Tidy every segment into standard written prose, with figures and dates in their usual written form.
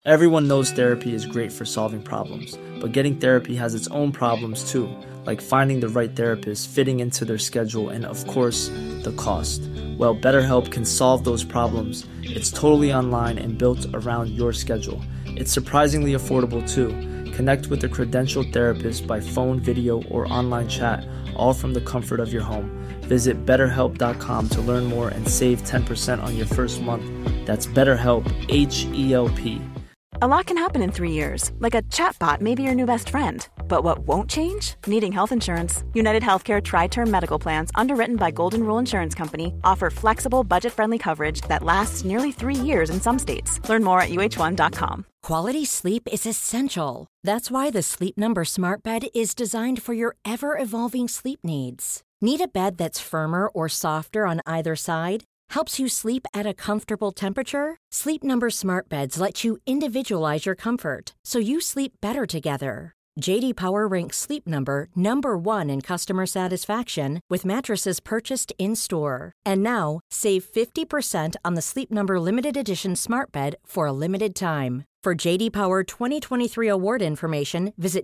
Everyone knows therapy is great for solving problems, but getting therapy has its own problems too, like finding the right therapist, fitting into their schedule, and of course, the cost. Well, BetterHelp can solve those problems. It's totally online and built around your schedule. It's surprisingly affordable too. Connect with a credentialed therapist by phone, video, or online chat, all from the comfort of your home. Visit BetterHelp.com to learn more and save 10% on your first month. That's BetterHelp, H-E-L-P. A lot can happen in 3 years, like a chatbot may be your new best friend. But what won't change? Needing health insurance. United Healthcare Tri-Term Medical Plans, underwritten by Golden Rule Insurance Company, offer flexible, budget-friendly coverage that lasts nearly 3 years in some states. Learn more at uh1.com. Quality sleep is essential. That's why the Sleep Number Smart Bed is designed for your ever-evolving sleep needs. Need a bed that's firmer or softer on either side? Helps you sleep at a comfortable temperature? Sleep Number Smart Beds let you individualize your comfort, so you sleep better together. J.D. Power ranks Sleep Number #1 in customer satisfaction with mattresses purchased in-store. And now, save 50% on the Sleep Number Limited Edition Smart Bed for a limited time. For J.D. Power 2023 award information, visit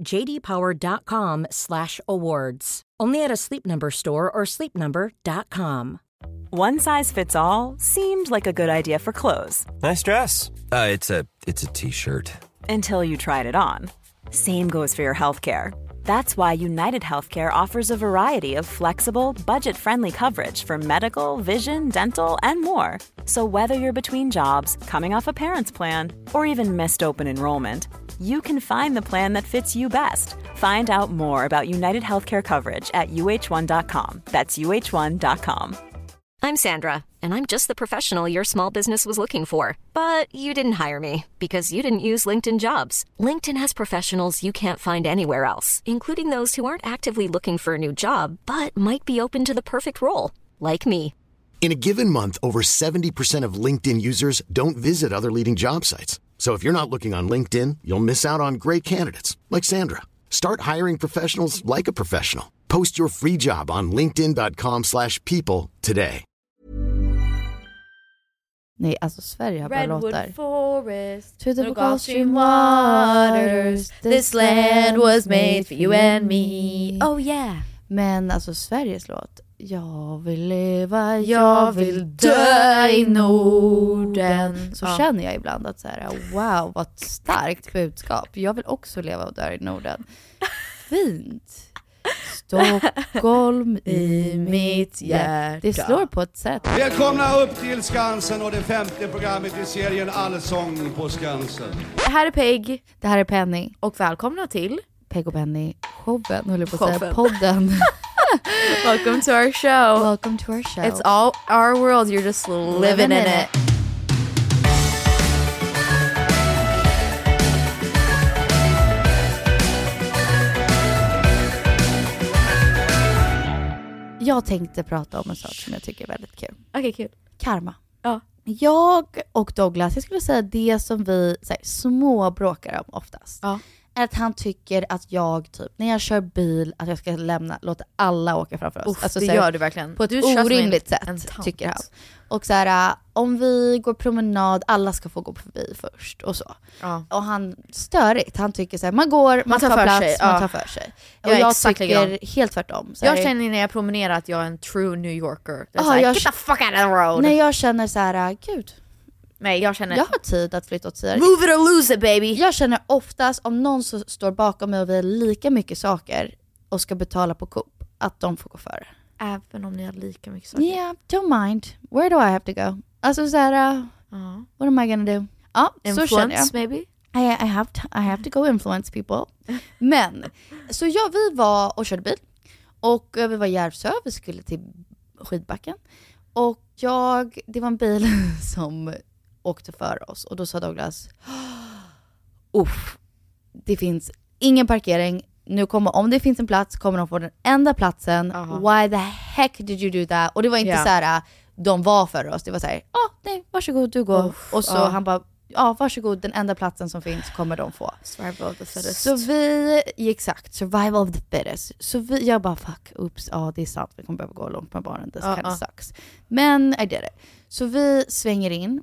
jdpower.com/awards. Only at a Sleep Number store or sleepnumber.com. One size fits all seemed like a good idea for clothes. Nice dress. It's a t-shirt. Until you tried it on. Same goes for your healthcare. That's why United Healthcare offers a variety of flexible, budget-friendly coverage for medical, vision, dental, and more. So whether you're between jobs, coming off a parent's plan, or even missed open enrollment, you can find the plan that fits you best. Find out more about United Healthcare coverage at uh1.com. That's uh1.com. I'm Sandra, and I'm just the professional your small business was looking for. But you didn't hire me because you didn't use LinkedIn Jobs. LinkedIn has professionals you can't find anywhere else, including those who aren't actively looking for a new job, but might be open to the perfect role, like me. In a given month, over 70% of LinkedIn users don't visit other leading job sites. So if you're not looking on LinkedIn, you'll miss out on great candidates, like Sandra. Start hiring professionals like a professional. Post your free job on linkedin.com/people today. Nej, alltså Sverige har bara Redwood låtar. Forest, To the Gulf Stream waters, this land was made for you and me. Oh yeah. Men alltså Sveriges låt. Jag vill leva, jag vill dö i Norden. Så känner jag ibland att så här, wow, vad ett starkt budskap. Jag vill också leva och dö i Norden. Fint. Stockholm i mitt hjärta. Det slår på ett sätt. Välkomna upp till Skansen och det 5:e programmet i serien Allsång på Skansen. Det här är Peg. Det här är Penny. Och välkomna till Peg och Penny showen, håller på att säga, podden. Welcome to our show. Welcome to our show. It's all our world, you're just living in it. Jag tänkte prata om en sak som jag tycker är väldigt kul. Okej, kul. Karma. Ja. Jag och Douglas, jag skulle säga det som vi så här, små bråkar om oftast. Ja. Är att han tycker att jag typ, när jag kör bil, att jag ska låta alla åka framför oss. Alltså, det så här, gör du verkligen. På ett du orimligt sätt, tycker han. Och så här, om vi går promenad, alla ska få gå förbi först och så. Ja. Och han störigt, han tycker så här, man går, man tar plats, sig. man Ja. tar för sig. Och Jag är jag exakt tycker likadan. helt tvärtom. Så här, Jag känner när jag promenerar att jag är en true New Yorker. Det är Ja, så här, jag- get the fuck out of the road. när jag känner så här, gud, Nej, jag känner jag har tid att flytta åt sidan. move it or lose it baby. Jag känner oftast om någon så står bakom mig och vi har lika mycket saker och ska betala på Coop, att de får gå före. Även om ni har lika mycket saker. Yeah, don't mind. Where do I have to go? Alltså såhär, what am I gonna do? Ja, så känner jag. Influence maybe? I have to go influence people. Men, så ja, vi var och körde bil. Och vi var i Järvsö, vi skulle till skidbacken. Och det var en bil som åkte för oss. Och då sa Douglas, det finns ingen parkering. Nu om det finns en plats kommer de få den enda platsen. Why the heck did you do that? Och det var inte så här, de var för oss. Det var så här, nej, varsågod, du går. Och så han bara, varsågod, den enda platsen som finns kommer de få. Survival of the fittest. Så exakt, survival of the fittest. Så jag bara, det är sant, vi kommer behöva gå långt med barnen. This kind of sucks. Men I did it. Så vi svänger in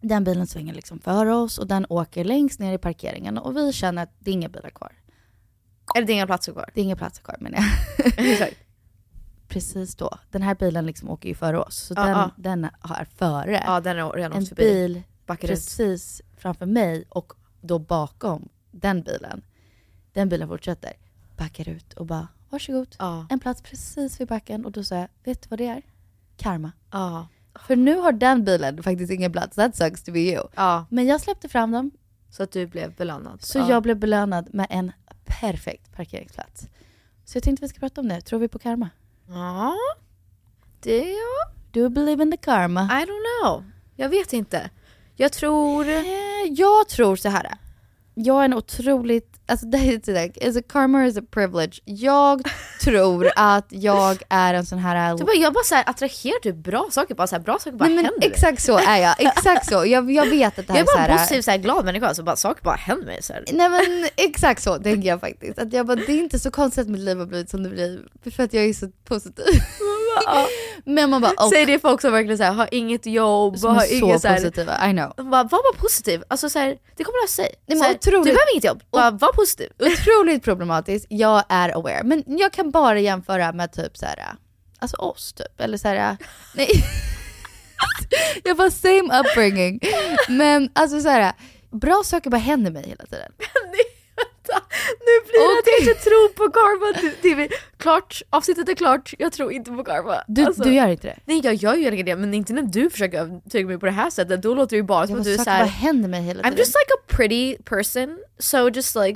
Den bilen svänger liksom för oss och den åker längst ner i parkeringen och vi känner att det är inga bilar kvar. Eller det är inga platser kvar? Det är inga platser kvar, men Exakt. Precis då. Den här bilen liksom åker ju före oss. Så den har före. Ja, den är redan en förbi. bil Backar precis ut framför mig och då bakom den bilen. Den bilen fortsätter. Backar ut och bara, varsågod. En plats precis vid backen. Och då sa jag, vet du vad det är? Karma. För nu har den bilen faktiskt ingen plats. That sucks to be you. Men jag släppte fram dem. Så att du blev belönad. Så jag blev belönad med en perfekt parkeringsplats. Så jag tänkte vi ska prata om det. Tror vi på karma? Ja. Det är jag. Do you believe in the karma? I don't know. Jag vet inte. Jag tror så här. Jag är en otroligt... Alltså det är is a karma is a privilege. Jag tror att jag är en sån här... Jag bara så här attraherar typ bra saker. Bara så här, bra saker bara händer. Exakt så är jag. Exakt så. Jag vet att det här är så här... Jag är bara en positiv, så här, glad människa. Så bara saker bara händer mig. Så här. Nej men exakt så tänker jag faktiskt. Att jag bara, det är inte så konstigt att mitt liv har blivit som det blir. För att jag är så positiv. Men man bara... Säg det folk som verkligen så här, har inget jobb. Som har är så inget, positiva, I know. Var bara positiv. Alltså så här, det kommer lösa sig. Nej, men otroligt, du behöver inget jobb. Var positiv. Otroligt problematiskt. Jag är aware. Men jag kan bara jämföra med typ så här, alltså oss typ. Eller så här, nej. Jag var same upbringing. Men alltså så här, bra saker bara händer mig hela tiden. Nu blir det att jag inte tror på karma. Det är klart, avsnittet är klart. Jag tror inte på karma. Du gör inte det? Nej, jag gör ju egentligen det. Men inte när du försöker övertyga mig på det här sättet. Då låter det ju bara som att du är såhär, vad händer mig hela tiden? I'm just like a pretty person. So just like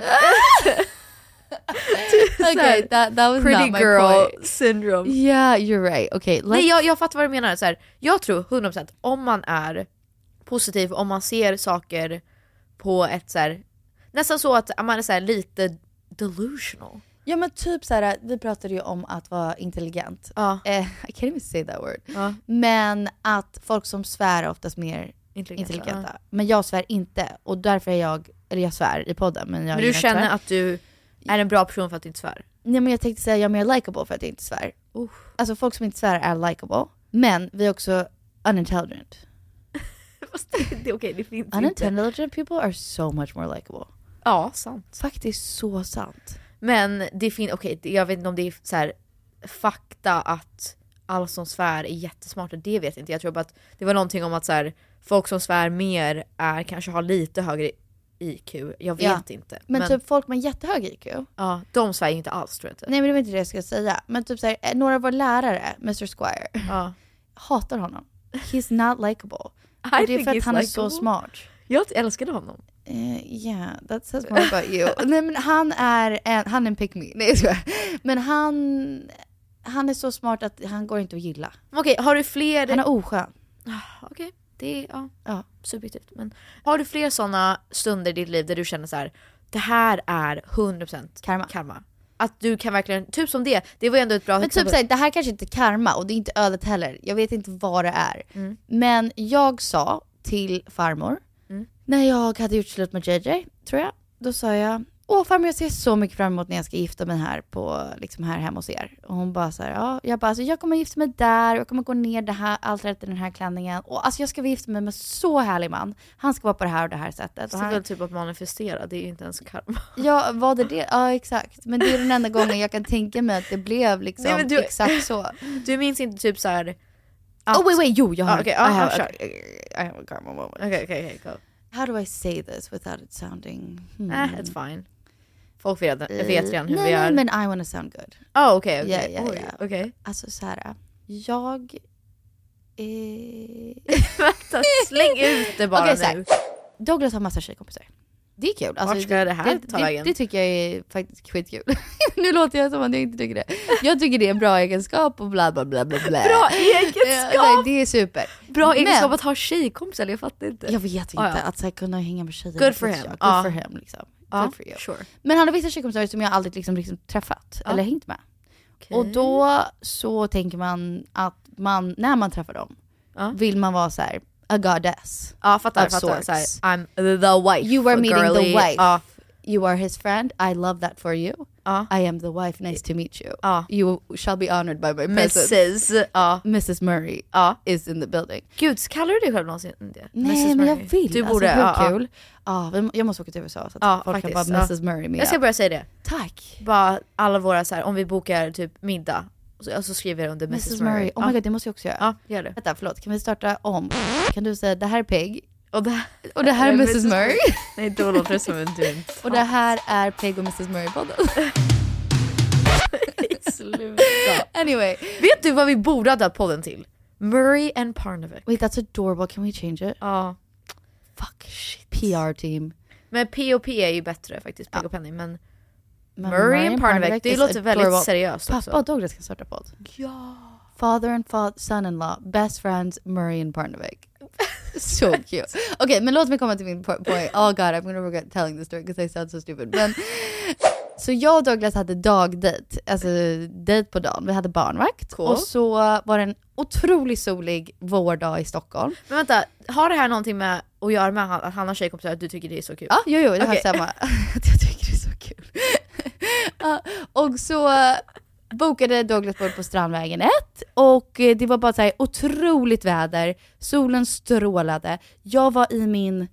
okay, that was pretty not my girl point. syndrome. Yeah, you're right. Okay, nej, jag fattar vad du menar. Så här, jag tror 100% om man är positiv, om man ser saker på ett så här, nästan så att man är så här lite delusional. Ja men typ så här, vi pratade ju om att vara intelligent. I can't even say that word. Men att folk som svär är oftast mer intelligenta. Men jag svär inte. Och därför är jag svär i podden. Men du känner att du är en bra person för att du inte svär? Nej, men jag tänkte säga att jag är mer likable för att jag inte svär. Alltså folk som inte svär är likable. Men vi är också unintelligent. det är okej, det finns unintelligent people are so much more likable. Ja, sant. Faktiskt så sant. Men det finns, jag vet inte om det är så här fakta att alla som svär är jättesmarta, det vet jag inte. Jag tror bara att det var någonting om att så här, folk som svär mer kanske har lite högre IQ. Jag vet inte. Men typ folk med jättehög IQ. Ja, de svär inte alls, tror jag inte. Nej, men det var inte det jag ska säga. Men typ så här, några av våra lärare, Mr. Squire, hatar honom. He's not likable. Och det är för att han är så smart. Jag älskade honom. Yeah, that says more about you. Nej, men han är en pick me. Nej, jag skojar. Men han är så smart att han går inte att gilla. Okej, har du fler... Han är oskön. Okej, det är subjektivt. Men har du fler sådana stunder i ditt liv där du känner så här, det här är 100% karma? Att du kan verkligen, typ som det var ändå ett bra... Men typ såhär, det här kanske inte är karma och det är inte ödet heller. Jag vet inte vad det är. Men jag sa till farmor, när jag hade gjort slut med JJ, tror jag, då sa jag, farmor, jag ser så mycket fram emot när jag ska gifta mig här på, liksom här hemma hos er. Och hon bara så här, jag bara, alltså, jag kommer gifta mig där, jag kommer gå ner det här altaret i den här klänningen. Och alltså jag ska gifta mig med så härlig man. Han ska vara på det här och det här sättet. Det är väl typ att manifestera, det är ju inte ens karma. Ja, var det? Ja, exakt. Men det är den enda gången jag kan tänka mig att det blev liksom exakt så. Du minns inte typ så här... wait, jo, jag har I have a karma moment. Okay, go. How do I say this without it sounding... It's fine. Folk vet redan hur vi är. Nej, men I want to sound good. Okej. Okay. Alltså så här, jag... Släng ut det bara nu. Douglas har massa tjejkompisar. Det är kul. Alltså, vart ska det här ta vägen? Det tycker jag är faktiskt skitkul. Nu låter jag som att jag inte tycker det. Jag tycker det är en bra egenskap och bla bla bla bla bla. Bra egenskap! Det är super. Bra egenskap att ha tjejkompisar, jag fattar inte. Jag vet inte, att så här, kunna hänga med tjejer. Good for him. Good for him liksom. Good for you. Sure. Men han har vissa tjejkompisar som jag aldrig liksom träffat eller hängt med. Okay. Och då så tänker man att när man träffar dem vill man vara så här a goddess. Ja, fattar. Så här, I'm the wife. You are meeting the wife. you are his friend. I love that for you. I am the wife. Nice to meet you. You shall be honored by my presence. Mrs. Murray is in the building. Gud, kallar du dig själv någonsin det? Nej, Mrs. men jag Murray. vill. Du borde. Hur kul. Jag måste åka till USA så att folk faktiskt, kan bara Mrs. Murray med. Jag ska börja säga det. Tack. Bara alla våra så här, om vi bokar typ middag så skriver jag under Mrs. Murray. Oh my god, det måste jag också göra. Ja, gör det. Vänta, förlåt. Kan vi starta om? Kan du säga det här är Peg? Och det här är Mrs. Murray. Nej, då låter det som en dum. Och det här är Peg och Mrs. Murray-podden. Sluta. Anyway. Vet du vad vi borde ha döpt podden till? Murray and Parnevik. Wait, that's adorable. Can we change it? Fuck. Shit. PR team. Men P&P är ju bättre faktiskt. Peg och Penny. Men Murray and Parnevik, det låter väldigt seriöst också. Pappa och Douglas kan starta podd. Ja. Father and son-in-law. Best friends, Murray and Parnevik. So cute. Okay, men låt mig komma till min point. Oh god, I'm gonna regret telling this story because I sound so stupid. Men så jag och Douglas hade dagdejt, alltså dejt på dagen. Vi hade barnvakt. Cool. Och så var det en otroligt solig vårdag i Stockholm. Men vänta, har det här någonting med att göra med att han har tjejkompisar att du tycker det är så kul? Ja, jo, det har samma. Jag tycker det är så kul. Och så bokade Douglas bort på Strandvägen 1 och det var bara så här otroligt väder. Solen strålade. Jag var i min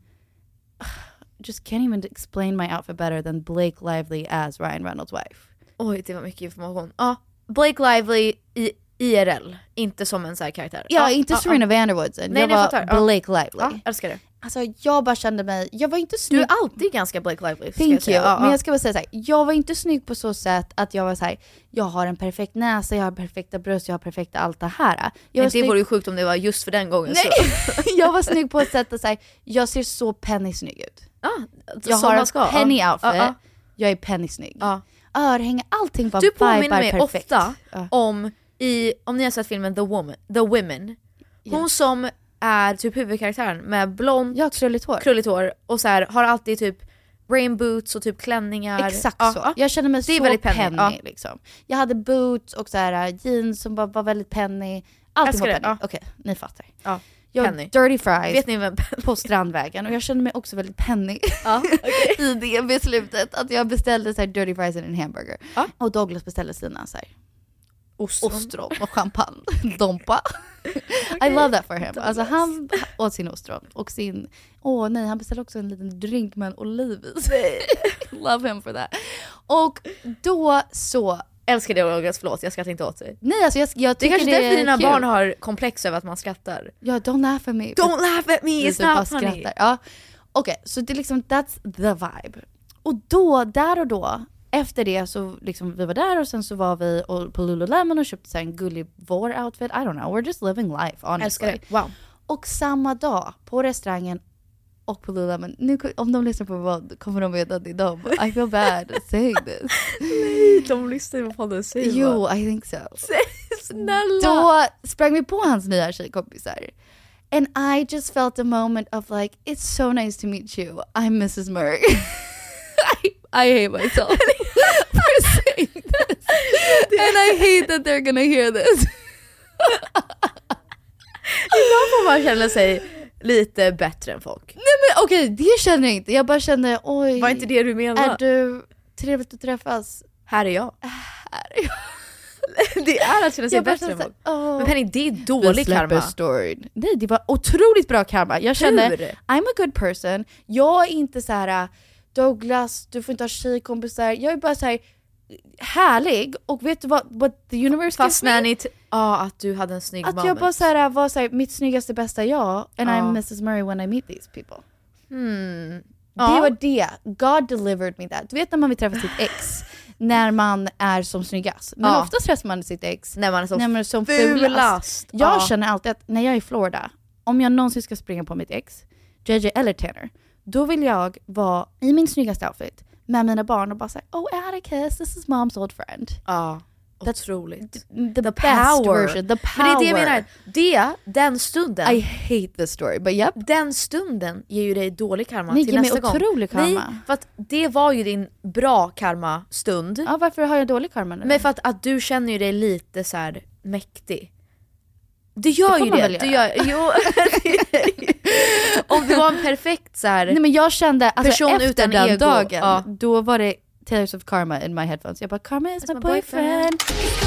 just can't even explain my outfit better than Blake Lively as Ryan Reynolds wife. Oj, det var mycket information. Blake Lively i IRL, inte som en så här karaktär. Ja, inte Serena Vanderwoodsen. Nej, jag var Blake Lively. Älskar det. Alltså jag bara kände mig, jag var inte snygg. Du är alltid ganska Blake Lively. Thank you. Men jag ska bara säga så här, jag var inte snygg på så sätt att jag var så här, jag har en perfekt näsa, jag har perfekta bröst, jag har perfekta allt det här. Men det vore ju sjukt om det var just för den gången. Nej. Så. Jag var snygg på ett sätt att säga, jag ser så Penny-snygg ut. Jag har en Penny-outfit, jag är Penny-snygg. Örhänge, allting bara du påminner mig perfekt. Ofta om ni har sett filmen The Women. Hon som är typ huvudkaraktären med blont, krulligt hår och så här, har alltid typ rain boots och typ klänningar. Exakt så. Jag kände mig så väldigt penny liksom. Jag hade boots och så här jeans som bara var väldigt penny. Allting var penny. Okej, ni fattar. Jag penny. Dirty fries. Vet ni vem på Strandvägen och jag kände mig också väldigt penny i det beslutet att jag beställde så här dirty fries och en hamburger. Och Douglas beställde sina så här ostron och champagne. Dompa. I love that for him. Alltså han åt sin ostron och sin han beställde också en liten drink med en olivis. Love him for that. Och då så älskar det Douglas, förlåt, jag skrattar inte åt dig. Nej, alltså jag det är kanske därför dina barn har komplex över att man skrattar. Ja, don't laugh at me. Don't laugh at me, it's not funny. Ja. Okej, så det är liksom, that's the vibe. Och då efter det så liksom vi var där och sen så var vi på Lululemon och köpte så en gullig vår-outfit. I don't know, we're just living life, honestly. Älskar det, wow. Och samma dag på restaurangen och på Lululemon, nu, om de lyssnar på vad kommer de veta att det är dem. I feel bad saying this. Nej, de lyssnar på podden, säg vad. Jo, I think so. Snälla. Då sprang vi på hans nya tjejkompisar. And I just felt a moment of like, it's so nice to meet you. I'm Mrs. Murray. I hate myself for saying this. And I hate that they're gonna hear this. Ibland får man känna sig lite bättre än folk. Nej men okej, det känner jag inte. Jag bara kände, oj. Var inte det du menade? Är du trevligt att träffas? Här är jag. Det är att känna sig bättre än folk. Men Penny, det är dålig karma. Nej, det var otroligt bra karma. Jag kände, I'm a good person. Jag är inte så här Douglas, du får inte ha tjejkompisar. Jag är bara så här härlig. Och vet du vad what the universe fast när ni att du hade en snygg moment. Att jag bara så här, var så här, mitt snyggaste bästa jag. And I'm Mrs. Murray when I meet these people. Det var det. God delivered me that. Du vet när man vill träffa sitt ex när man är som snyggast. Men oftast träffar man sitt ex när man är som fulast. Jag känner alltid att när jag är i Florida, om jag någonsin ska springa på mitt ex, JJ eller Tanner, då vill jag vara i min snyggaste outfit med mina barn och bara säga, oh Atticus, this is mom's old friend. Otroligt. The power version, the power. Men det är det jag menar. Den stunden. I hate this story, but yep. Den stunden ger ju dig dålig karma till nästa gång. Nej, otrolig karma. Nej, för att det var ju din bra karma-stund. Ja, varför har jag dålig karma nu? Men för att du känner ju dig lite så här mäktig. Det gör ju det. Du gör, jo. Om det var en perfekt så här. Nej, men jag kände alltså, person efter utan den ego, dagen, då var det Taylor Swift Karma in my headphones. Jag bara, Karma is my boyfriend.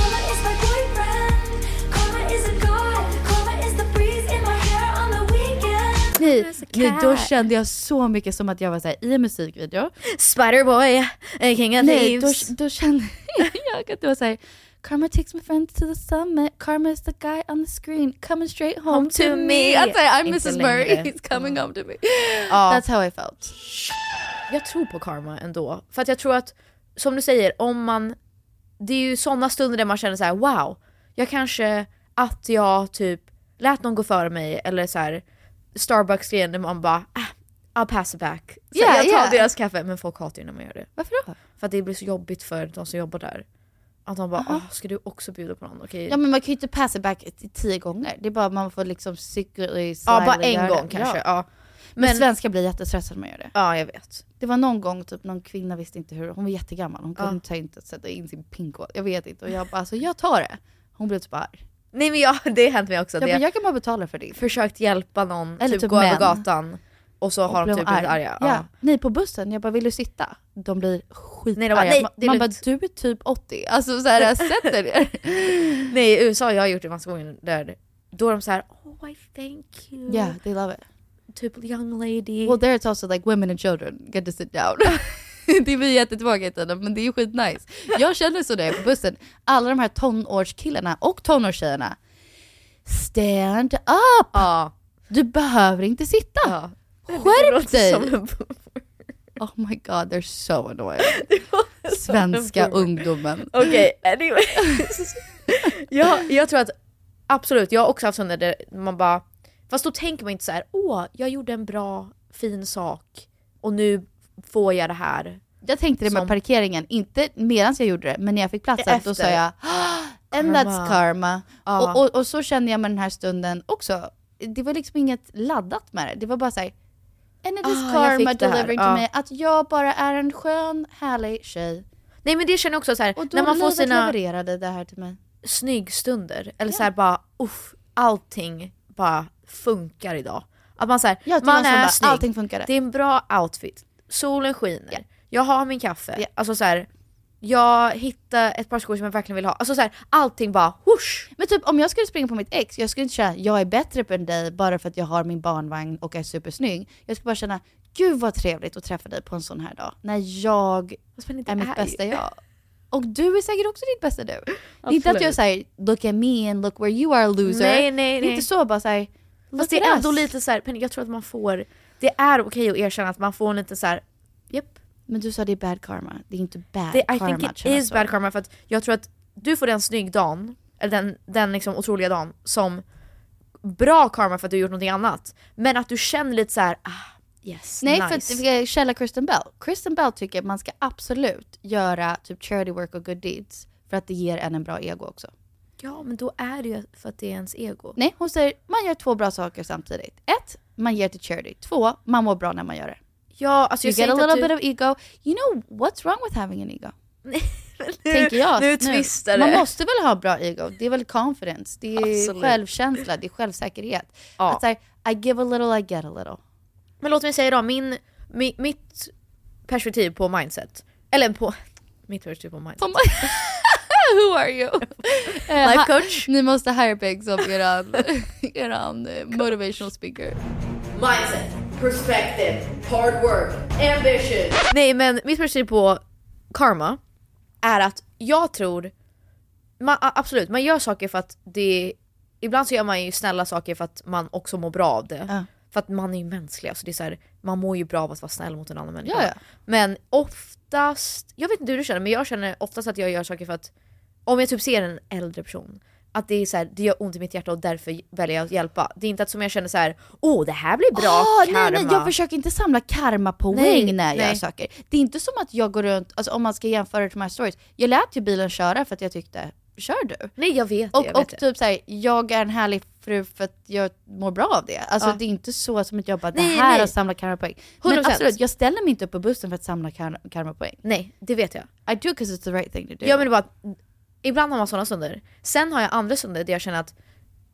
Nej, då kände jag så mycket som att jag var så här, i en musikvideo. Spiderboy, king of thieves. Då kände jag att det var så här, Karma takes my friend to the summit. Karma is the guy on the screen coming straight home to me. Alltså, I'm Mrs. Murray, he's coming home to me. That's how I felt. Jag tror på karma ändå. För att jag tror att, som du säger, det är ju sådana stunder där man känner så här: wow, att jag typ lät någon gå före mig, eller så här Starbucks-grejen där man bara I'll pass it back. Så jag tar deras kaffe, men folk hatar ju när man gör det. Varför då? För att det blir så jobbigt för de som jobbar där. Att de bara, ska du också bjuda på någon? Okay. Ja, men man kan ju inte pass it back 10 gånger. Det är bara man får liksom secretly bara en gång kanske. Ja. Men svenskar blir jättestressade när man gör det. Ja, jag vet. Det var någon gång typ någon kvinna visste inte hur, hon var jättegammal. Hon kunde inte sätta in sin pinkod. Jag vet inte. Och jag bara, alltså jag tar det. Hon blev typ arg. Nej, men det har hänt mig också. Jag kan bara betala för det. Försökt hjälpa någon, eller typ gå över gatan. Och så har de typ blivit arga. Ja. Nej, på bussen. Jag bara, vill du sitta? De blir skitarga. Man bara, du är typ 80. Alltså så här, jag sätter det. Nej, i USA jag har gjort det massa gånger där. Då är de så här, oh I thank you. Yeah, they love it. Typ young lady. Well, there it's also like women and children get to sit down. Det blir jättetråkigt, men det är ju skitnice. Jag känner så där på bussen. Alla de här tonårskillarna och tonårstjejerna. Stand up! Du behöver inte sitta. Skärp dig! Oh my god, they're so annoying. Svenska ungdomen. Okej, anyway. Jag tror att absolut, jag har också haft sådana där man bara, fast då tänker man inte så här: jag gjorde en bra, fin sak och nu får jag det här. Jag tänkte det med parkeringen, inte medan jag gjorde det, men när jag fick platsen då sa jag and that's karma. Och så kände jag med den här stunden också. Det var liksom inget laddat med det. Det var bara så här, and it is karma delivering to me. Att jag bara är en skön, härlig tjej. Nej, men det känner jag också så här, och då när man får sina levererade det här till mig. Snyggstunder. Eller så här bara, allting bara funkar idag. Att man så här, man är snygg. Allting funkar. Det är en bra outfit. Solen skiner. Yeah. Jag har min kaffe. Yeah. Alltså så här, jag hittar ett par skor som jag verkligen vill ha. Alltså så här, allting bara whoosh. Men typ om jag skulle springa på mitt ex, jag skulle inte känna jag är bättre än dig bara för att jag har min barnvagn och är supersnygg. Jag skulle bara känna, gud vad trevligt att träffa dig på en sån här dag. När jag är mitt bästa jag. Och du är säkert också ditt bästa du. Absolut. Det är inte att jag säger look at me and look where you are, loser. Nej. Det är inte så, bara säga. Fast det är ändå lite så här, Penny, jag tror att man får, det är okej att erkänna att man får lite så här, japp. Men du sa det är bad karma. Det är inte bad karma. I think it is bad karma, för att jag tror att du får den snygg dagen, eller den liksom otroliga dagen, som bra karma för att du har gjort någonting annat. Men att du känner lite så här, yes, nej, nice. För att källa Kristen Bell. Kristen Bell tycker att man ska absolut göra typ charity work och good deeds för att det ger en bra ego också. Ja, men då är det ju för att det är ens ego. Nej, hon säger man gör 2 bra saker samtidigt. 1, man ger till charity. 2, man mår bra när man gör det. Ja, alltså you get a little bit of ego. You know what's wrong with having an ego? Tänker jag. Nu twistar det. Man måste väl ha bra ego. Det är väl confidence. Det är självkänsla. Det är självsäkerhet. Att säga, I give a little, I get a little. Men låt mig säga då, mitt perspektiv på mindset. Eller på mitt perspektiv på mindset. Who are you? Life coach. Ni måste hire Peg som eran motivational speaker. Mindset, perspective, hard work, ambition. Nej, men mitt perspektiv på karma är att jag tror absolut, man gör saker för att det, ibland så gör man ju snälla saker för att man också mår bra av det. För att man är ju mänsklig, alltså det är så här, man mår ju bra av att vara snäll mot en annan människa. Ja. Men oftast, jag vet inte hur du känner, men jag känner oftast att jag gör saker för att om jag typ ser en äldre person, att det är så här, det gör ont i mitt hjärta och därför väljer jag att hjälpa. Det är inte att som jag känner så här, det här blir bra karma. Nej, jag försöker inte samla karma-poäng när jag gör saker. Det är inte som att jag går runt, alltså om man ska jämföra det till my stories. Jag lät ju bilen köra för att jag tyckte, kör du? Nej, jag vet det. Och typ såhär, jag är en härlig fru för att jag mår bra av det. Alltså det är inte så som att jag bara, det här och samla karma-poäng. Men absolut, jag ställer mig inte upp på bussen för att samla karma-poäng. Nej, det vet jag. I do because it's the right thing to do. Ja, men det var ibland har man sådana stunder. Sen har jag andra stunder där jag känner att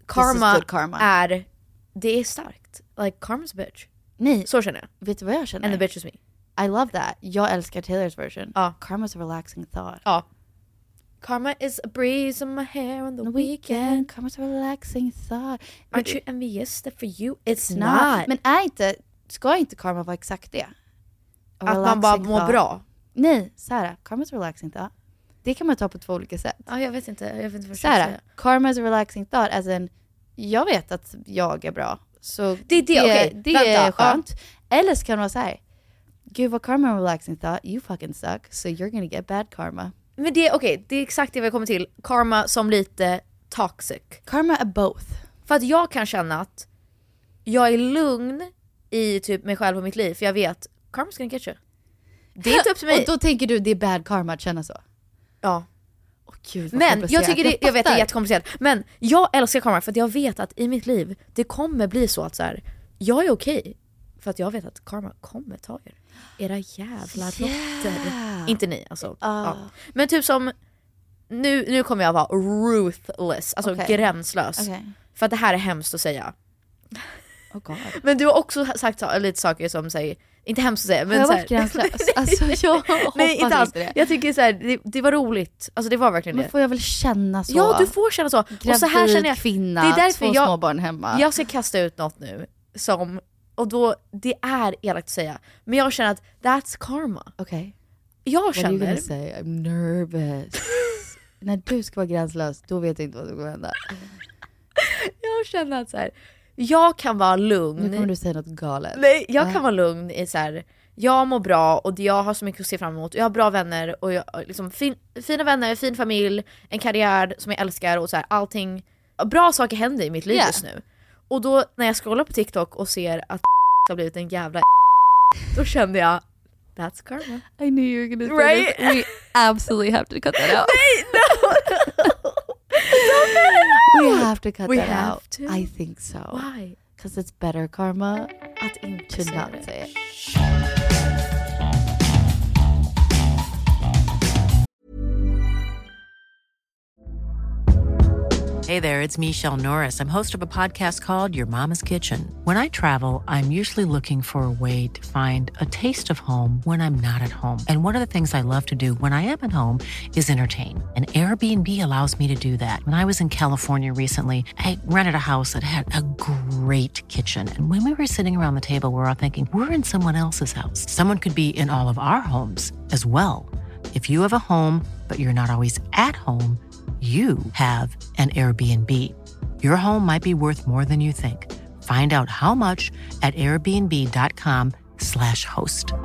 karma är, det är starkt. Like karma's a bitch. Nej. Så känner jag. Vet du vad jag känner? And the bitch is me. I love that. Jag älskar Taylors version. Karma's a relaxing thought. Ja. Karma is a breeze in my hair on the weekend. Karma's a relaxing thought. Aren't you envious that for you it's not? Men ska inte karma vara exakt det? Att man bara mår bra? Nej, såhär, karma's a relaxing thought. Det kan man ta på 2 olika sätt. Ja, jag vet inte vad jag ska säga. Karma's a relaxing thought, as in, jag vet att jag är bra. Så det är skönt. Eller så kan man vara såhär, gud vad karma är relaxing thought, you fucking suck, so you're gonna get bad karma. Men det är exakt det vi kommer till. Karma som lite toxic. Karma är both. För att jag kan känna att jag är lugn i typ mig själv och mitt liv. För jag vet, karma's gonna get you. Det är inte upp till mig. Och då tänker du det är bad karma att känna så? Ja. Gud, men jag tycker jag vet det är jättekomplicerat. Men jag älskar karma för att jag vet att i mitt liv det kommer bli så att så här, jag är okej. För att jag vet att karma kommer ta er. Era jävla råttor. Inte ni alltså. Ja. Men typ som nu kommer jag vara ruthless. Alltså gränslös. För att det här är hemskt att säga. Oh God. Men du har också sagt lite saker som säger, inte hemskt att säga, men jag så har varit gränslös. Alltså jag nej, inte alls. Det. Jag tycker så här, det var roligt. Alltså det var verkligen men får jag väl känna så? Ja, du får känna så. Gravid och så här känner jag, kvinna, det är därför 2 småbarn hemma. Jag ska kasta ut något nu som, och då, det är elakt att säga, men jag känner att that's karma. Okej. Jag känner... What are you gonna say? I'm nervous. När du ska vara gränslös, då vet jag inte vad som kommer hända. Jag känner att så här, jag kan vara lugn. Nu kommer du säga något galet. Nej, jag kan vara lugn i så här, jag mår bra och jag har så mycket att se fram emot. Jag har bra vänner och jag liksom fina vänner, fin familj, en karriär som jag älskar och så här, allting, bra saker händer i mitt liv just nu. Och då när jag scrollar på TikTok och ser att har blivit en jävla då kände jag that's karma. I knew you were gonna say this. We absolutely have to cut that out. No. We have to cut we that have out. To. I think so. Why? Because it's better karma att inte to not say it. Hey there, it's Michelle Norris. I'm host of a podcast called Your Mama's Kitchen. When I travel, I'm usually looking for a way to find a taste of home when I'm not at home. And one of the things I love to do when I am at home is entertain. And Airbnb allows me to do that. When I was in California recently, I rented a house that had a great kitchen. And when we were sitting around the table, we were all thinking, we're in someone else's house. Someone could be in all of our homes as well. If you have a home, but you're not always at home, you have an Airbnb. Your home might be worth more than you think. Find out how much at airbnb.com/host.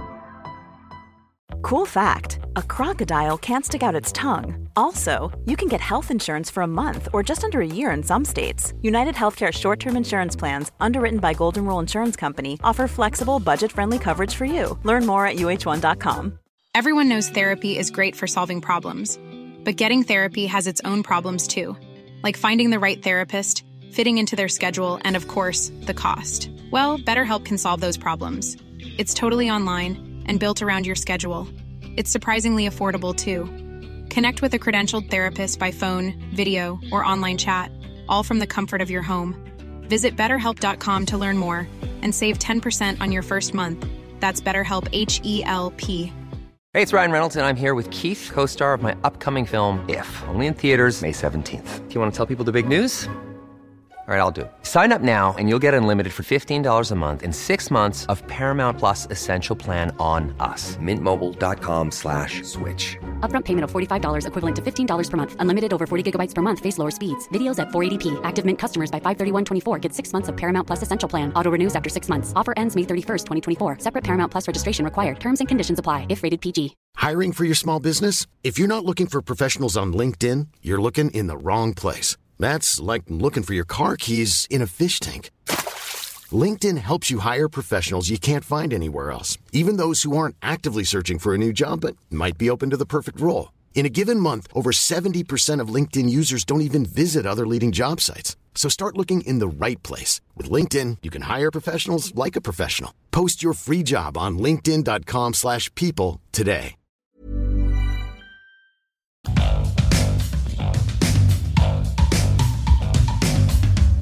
Cool fact, a crocodile can't stick out its tongue. Also, you can get health insurance for a month or just under a year in some states. United Healthcare short-term insurance plans, underwritten by Golden Rule Insurance Company, offer flexible, budget-friendly coverage for you. Learn more at uh1.com. Everyone knows therapy is great for solving problems. But getting therapy has its own problems too, like finding the right therapist, fitting into their schedule, and of course, the cost. Well, BetterHelp can solve those problems. It's totally online and built around your schedule. It's surprisingly affordable too. Connect with a credentialed therapist by phone, video, or online chat, all from the comfort of your home. Visit BetterHelp.com to learn more and save 10% on your first month. That's BetterHelp, H-E-L-P. Hey, it's Ryan Reynolds, and I'm here with Keith, co-star of my upcoming film, If, only in theaters May 17th. Do you want to tell people the big news? All right, I'll do it. Sign up now and you'll get unlimited for $15 a month and 6 months of Paramount Plus Essential Plan on us. MintMobile.com/switch. Upfront payment of $45 equivalent to $15 per month. Unlimited over 40 gigabytes per month. Face lower speeds. Videos at 480p. Active Mint customers by 531.24 get 6 months of Paramount Plus Essential Plan. Auto renews after 6 months. Offer ends May 31st, 2024. Separate Paramount Plus registration required. Terms and conditions apply if rated PG. Hiring for your small business? If you're not looking for professionals on LinkedIn, you're looking in the wrong place. That's like looking for your car keys in a fish tank. LinkedIn helps you hire professionals you can't find anywhere else, even those who aren't actively searching for a new job but might be open to the perfect role. In a given month, over 70% of LinkedIn users don't even visit other leading job sites. So start looking in the right place. With LinkedIn, you can hire professionals like a professional. Post your free job on linkedin.com/people today.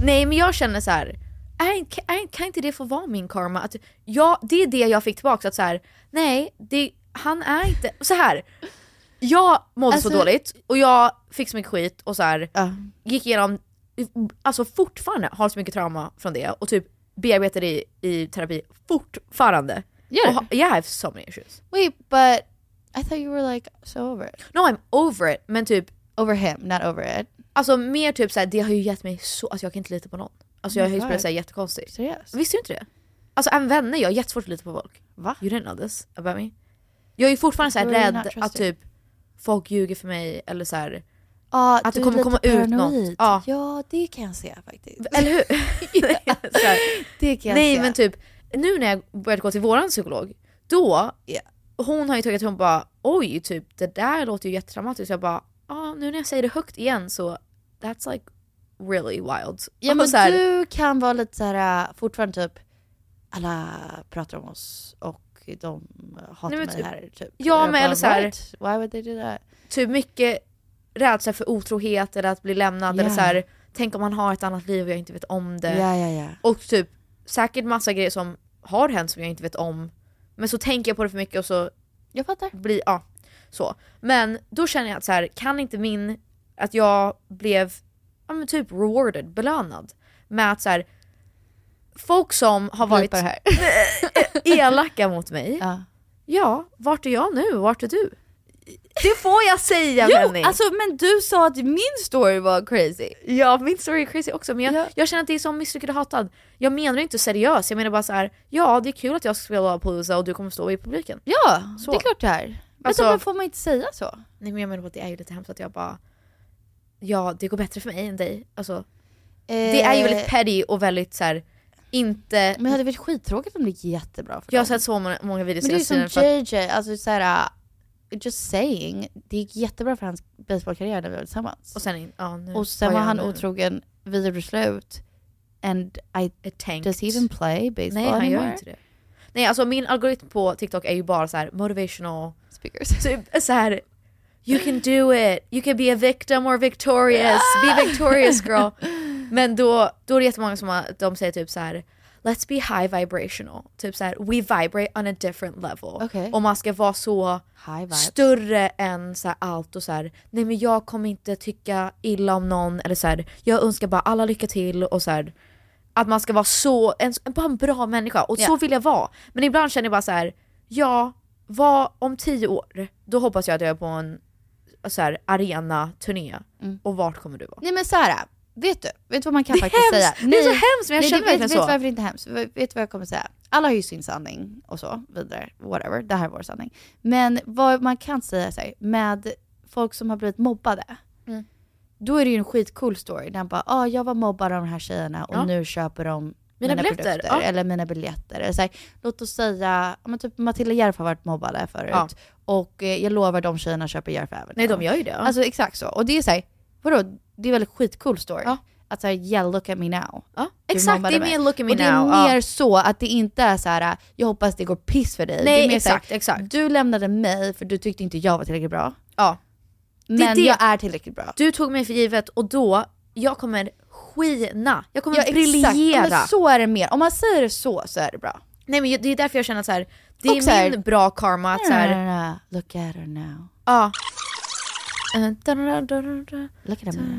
Nej, men jag känner så här. Kan inte det få vara min karma? Att det är det jag fick tillbaka. Att så här, nej, han är inte... Så här. Jag mådde så dåligt och jag fick så mycket skit och så här, gick igenom... Alltså fortfarande har så mycket trauma från det. Och typ bearbetar det i terapi fortfarande. Yeah. I have so many issues. Wait, but I thought you were like so over it. No, I'm over it. Men typ... Over him, not over it. Alltså mer typ såhär, det har ju gett mig så... Alltså jag kan inte lita på någon. Alltså jag har ju spelat såhär jättekonstigt. Seriöst? Visste du inte det? Alltså även vänner, jag har jättesvårt att lita på folk. Va? You didn't know this about me. Jag är ju fortfarande såhär rädd att typ folk ljuger för mig. Eller såhär... att det kommer komma ut något. Ja, det kan jag se faktiskt. Eller hur? Det kan jag Nej, se. men typ, nu när jag började gå till våran psykolog, då, hon har ju tagit att hon bara, oj, typ, det där låter ju jättetraumatiskt. Jag bara, nu när jag säger det högt igen så, that's like really wild. Ja, men så här, du kan vara lite såhär, fortfarande typ, alla pratar om oss och de hatar mig typ, här. Typ. Ja, men eller såhär, why would they do that? Typ mycket rädsla för otrohet eller att bli lämnad eller så här, tänk om man har ett annat liv och jag inte vet om det. Ja. Och typ säkert massa grejer som har hänt som jag inte vet om. Men så tänker jag på det för mycket och så jag fattar. Blir så. Men då känner jag att så här, kan inte att jag blev typ rewarded, belönad med att så här, folk som har varit här. elaka mot mig. Ja, vart är jag nu? Vart är du? Det får jag säga, Penny. Alltså, men du sa att min story var crazy. Ja, min story är crazy också. Men jag känner att det är som misslyckad och hatad. Jag menar inte seriöst. Jag menar bara så här: ja, det är kul att jag ska spela Lollapalooza och du kommer stå i publiken. Ja, så. Det är klart det här. Alltså, men får man inte säga så? Nej, men jag menar att det är ju lite hemskt att jag bara... Ja, det går bättre för mig än dig. Alltså, det är ju väldigt petty och väldigt så här, inte... Men det hade varit skittråkigt om det gick jättebra för Jag har sett så många videos. Men det är som JJ, alltså så här... Just saying, det gick jättebra för hans baseballkarriär när vi var tillsammans. Och sen var han otrogen, vi gjorde slut. And does he even play baseball anymore? Nej, han gör inte det. Nej, alltså min algoritm på TikTok är ju bara så här motivational speakers. Typ så här, you can do it, you can be a victim or victorious, be victorious girl. Men då är det jättemånga som de säger typ så här: let's be high vibrational. Typ så här, we vibrate on a different level. Okay. Och man ska vara så större än så här allt och så här, nej men jag kommer inte tycka illa om någon eller så här, jag önskar bara alla lycka till och så här, att man ska vara så bara en bra människa och så vill jag vara. Men ibland känner jag bara så här, om 10 år då hoppas jag att jag är på en så här arena-turné. Och vart kommer du vara? Nej men så här, vet du vad man kan faktiskt säga? Det är så hemskt, men jag känner verkligen så. Vet varför det inte är hemskt? Vet du vad jag kommer säga? Alla har ju sin sanning och så vidare, whatever, det här är vår sanning. Men vad man kan säga så här, med folk som har blivit mobbade, då är det ju en skitcool story. Där bara, jag var mobbad av de här tjejerna och nu köper de mina produkter eller mina biljetter. Eller så här, låt oss säga, typ Matilda Järf har varit mobbade förut. Och jag lovar de tjejerna köper Järf även. Nej, de gör ju det. Alltså exakt så. Och det är så här, vadå? Det är väldigt skitcool story. Att säga, look at me now. Exakt, det är mer look at me now. Och det är mer så att det inte är så här, jag hoppas det går piss för dig. Nej, det är mer exakt, så här, exakt. Du lämnade mig för du tyckte inte jag var tillräckligt bra. Ja. Men jag är tillräckligt bra. Du tog mig för givet och då, jag kommer skina. Jag kommer briljera. Men så är det mer. Om man säger det så är det bra. Nej, men det är därför jag känner att så här, det är så här, min bra karma att så här, look at her now. Look at her now.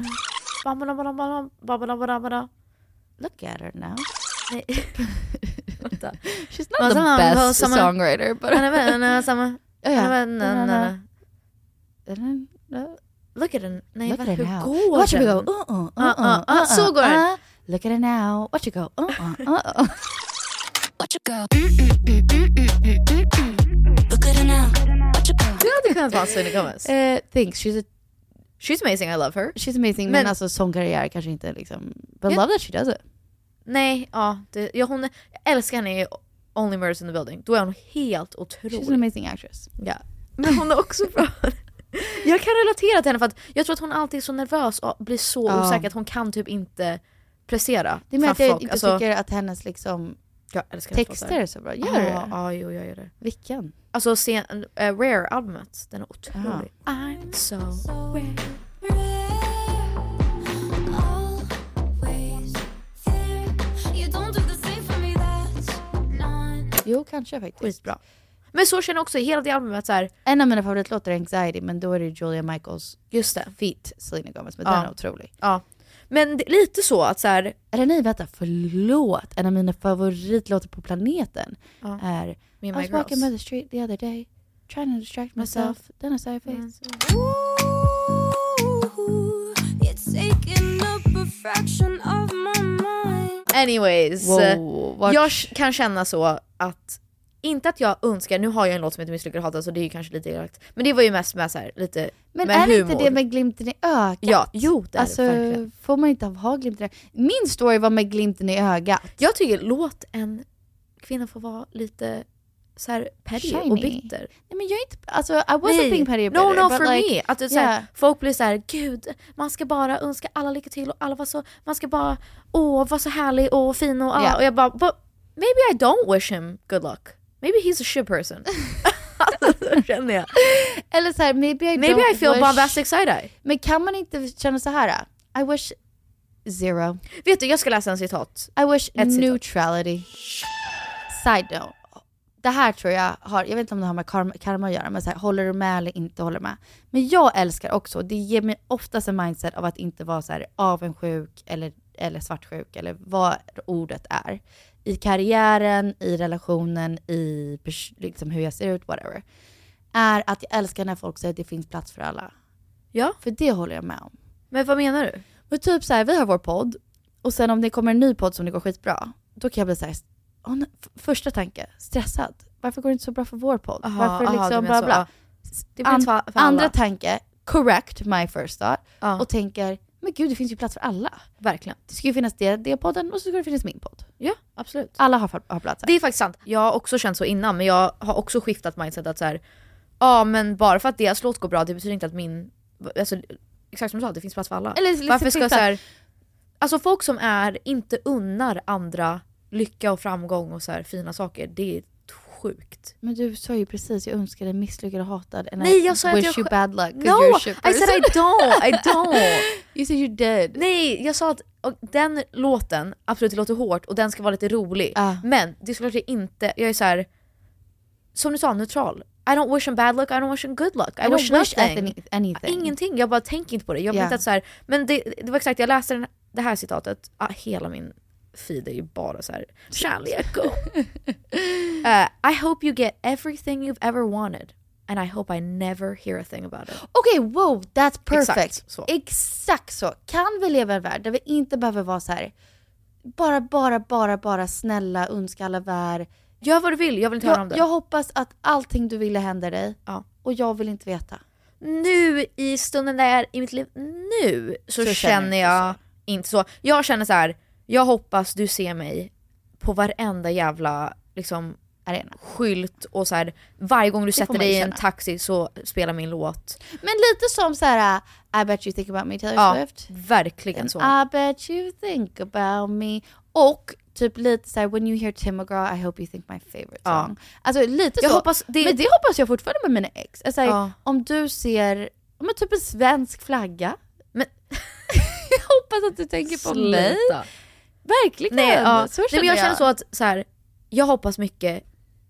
Look at her now. She's not the best songwriter, but look at her. Nej, look at her now. Går watch her go. Så går den. Look at her now. Watch her go. Watch her go. Look at her now. Watch her go. Du hade kunnat vara Selena Gomez. Thanks. She's amazing, I love her. She's amazing, men alltså sångkarriär kanske inte liksom... But love that she does it. Nej, jag älskar henne i Only Murders in the Building. Då är hon helt otrolig. She's an amazing actress. Ja. Men hon är också bra. Jag kan relatera till henne för att jag tror att hon alltid är så nervös och blir så osäker att hon kan typ inte prestera. Det är med att jag inte tycker att hennes liksom texter är så bra. Gör det? Ja, jag gör det. Vilken? Alltså Rare-albumet, den är otrolig. I'm so rare. Jo, kanske faktiskt. Skitbra. Men så känner jag också i hela det albumet att så här, en av mina favoritlåtar är Anxiety, men då är det Julia Michaels just det. Feet, Selena Gomez, men den är otrolig. Ja. Men lite så att så här, eller nej, vänta, förlåt. En av mina favoritlåtar på planeten är I was walking by the street the other day trying to distract myself. Then I saw your face. It's taking up a fraction of my mind. Anyways, jag kan känna så att inte att jag önskar, nu har jag en låt som heter Misslyckad hatad, så det är ju kanske lite elakt. Men det var ju mest med så här, lite men med är humor. inte det med glimten i ögat? Ja, jo, det är alltså, det verkligen. Får man inte ha glimten i ögat? Min story var med glimten i ögat. Jag tycker låt en kvinna få vara lite så här petty och bitter. Nej, men jag är inte, alltså I wasn't being petty or bitter. No, for like, me. Att det så här, folk blir så här, gud, man ska bara önska alla lycka till och alla var så, man ska bara vara så härlig och fin och alla. Och jag bara, but maybe I don't wish him good luck. Maybe he's a shit person. Så känner jag. Eller så här, maybe I feel bombastic side-eye. Men kan man inte känna så här? I wish zero. Vet du, jag ska läsa en citat. I wish neutrality. Side note. Det här tror jag har, jag vet inte om det har med karma att göra, men så här, håller du med eller inte håller med. Men jag älskar också, det ger mig oftast en mindset av att inte vara så här avundsjuk eller svartsjuk eller vad ordet är. I karriären, i relationen, i liksom hur jag ser ut, whatever. Är att jag älskar när folk säger att det finns plats för alla. Ja. För det håller jag med om. Men vad menar du? Men typ så här, vi har vår podd. Och sen om det kommer en ny podd som det går skitbra, då kan jag bli så här, första tanke, stressad. Varför går det inte så bra för vår podd? Varför liksom bla bla. Det blir för andra tanke, correct my first thought. Och tänker, men gud, det finns ju plats för alla. Verkligen. Det ska ju finnas det podden och så ska det finnas min podd. Ja, absolut. Alla har plats här. Det är faktiskt sant. Jag har också känt så innan, men jag har också skiftat mindset att så här, men bara för att deras låt går bra, det betyder inte att min, alltså, exakt som du sa, det finns plats för alla. Eller varför ska så här, alltså folk som inte unnar andra lycka och framgång och så här fina saker, det är sjukt. Men du sa ju precis, jag önskar dig misslyckad och hatad. Nej, jag sa wish you bad luck. No, I said I don't. You said you did. Nej, jag sa att den låten absolut låter hårt och den ska vara lite rolig. Men det är såklart jag inte, jag är så här, som du sa, neutral. I don't wish him bad luck, I don't wish him good luck. I wish anything. Ingenting, jag bara tänker inte på det. Jag vet att så här, men det var exakt, jag läste det här citatet, hela min feed är ju bara så här, kärlek. I hope you get everything you've ever wanted and I hope I never hear a thing about it. Okay, wow, that's perfect. Exakt så. Kan vi leva i en värld där vi inte behöver vara så här, bara snälla, önska alla värld. Gör vad du vill, jag vill inte höra om det. Jag hoppas att allting du ville händer dig. Och jag vill inte veta. Nu i stunden där i mitt liv nu så känner jag inte så. Jag känner så här, jag hoppas du ser mig på varenda jävla liksom arena, skylt och så här, varje gång du sätter dig i en taxi så spelar min låt. Men lite som så här, I bet you think about me, Taylor Swift. Verkligen så. I bet you think about me. Och typ lite så här, when you hear Tim McGraw, I hope you think my favorite song. Alltså lite jag så. Hoppas det... Men det hoppas jag fortfarande med mina ex. Alltså, om du ser typ en svensk flagga. Men jag hoppas att du tänker på mig. Verkligen. Nej, men jag känner så att så här, jag hoppas mycket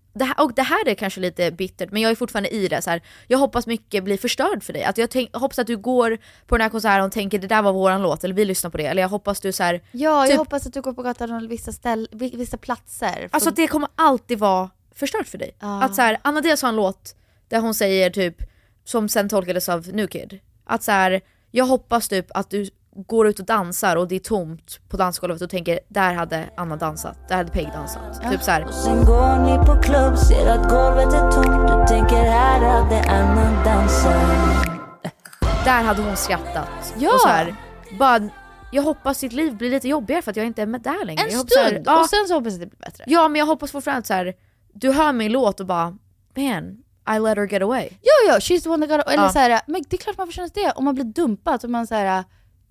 det här är kanske lite bittert, men jag är fortfarande i det så här, jag hoppas mycket blir förstörd för dig. Att jag hoppas att du går på den här konserten och tänker det där var våran låt eller vi lyssnar på det, eller jag hoppas du så här, jag hoppas att du går på gatan och vissa platser. Alltså det kommer alltid vara förstört för dig. Att så här, Anna Diaz har en låt där hon säger typ, som sen tolkades av New Kid, att så här, jag hoppas typ att du går ut och dansar och det är tomt på dansgolvet och tänker, där hade Anna dansat, där hade Peg dansat. Typ så här. Och sen går ni på klubb, ser att golvet är tomt och tänker, här hade Anna dansat. Där hade hon skrattat. Och så här, bara, jag hoppas ditt liv blir lite jobbigare för att jag inte är med där längre. En stund, här, och sen så hoppas jag det blir bättre. Ja, men jag hoppas fortfarande så här, du hör min låt och bara, man, I let her get away. Ja, she's the one that got away. Eller så här, men det är klart man får känna det om man blir dumpad och man så här,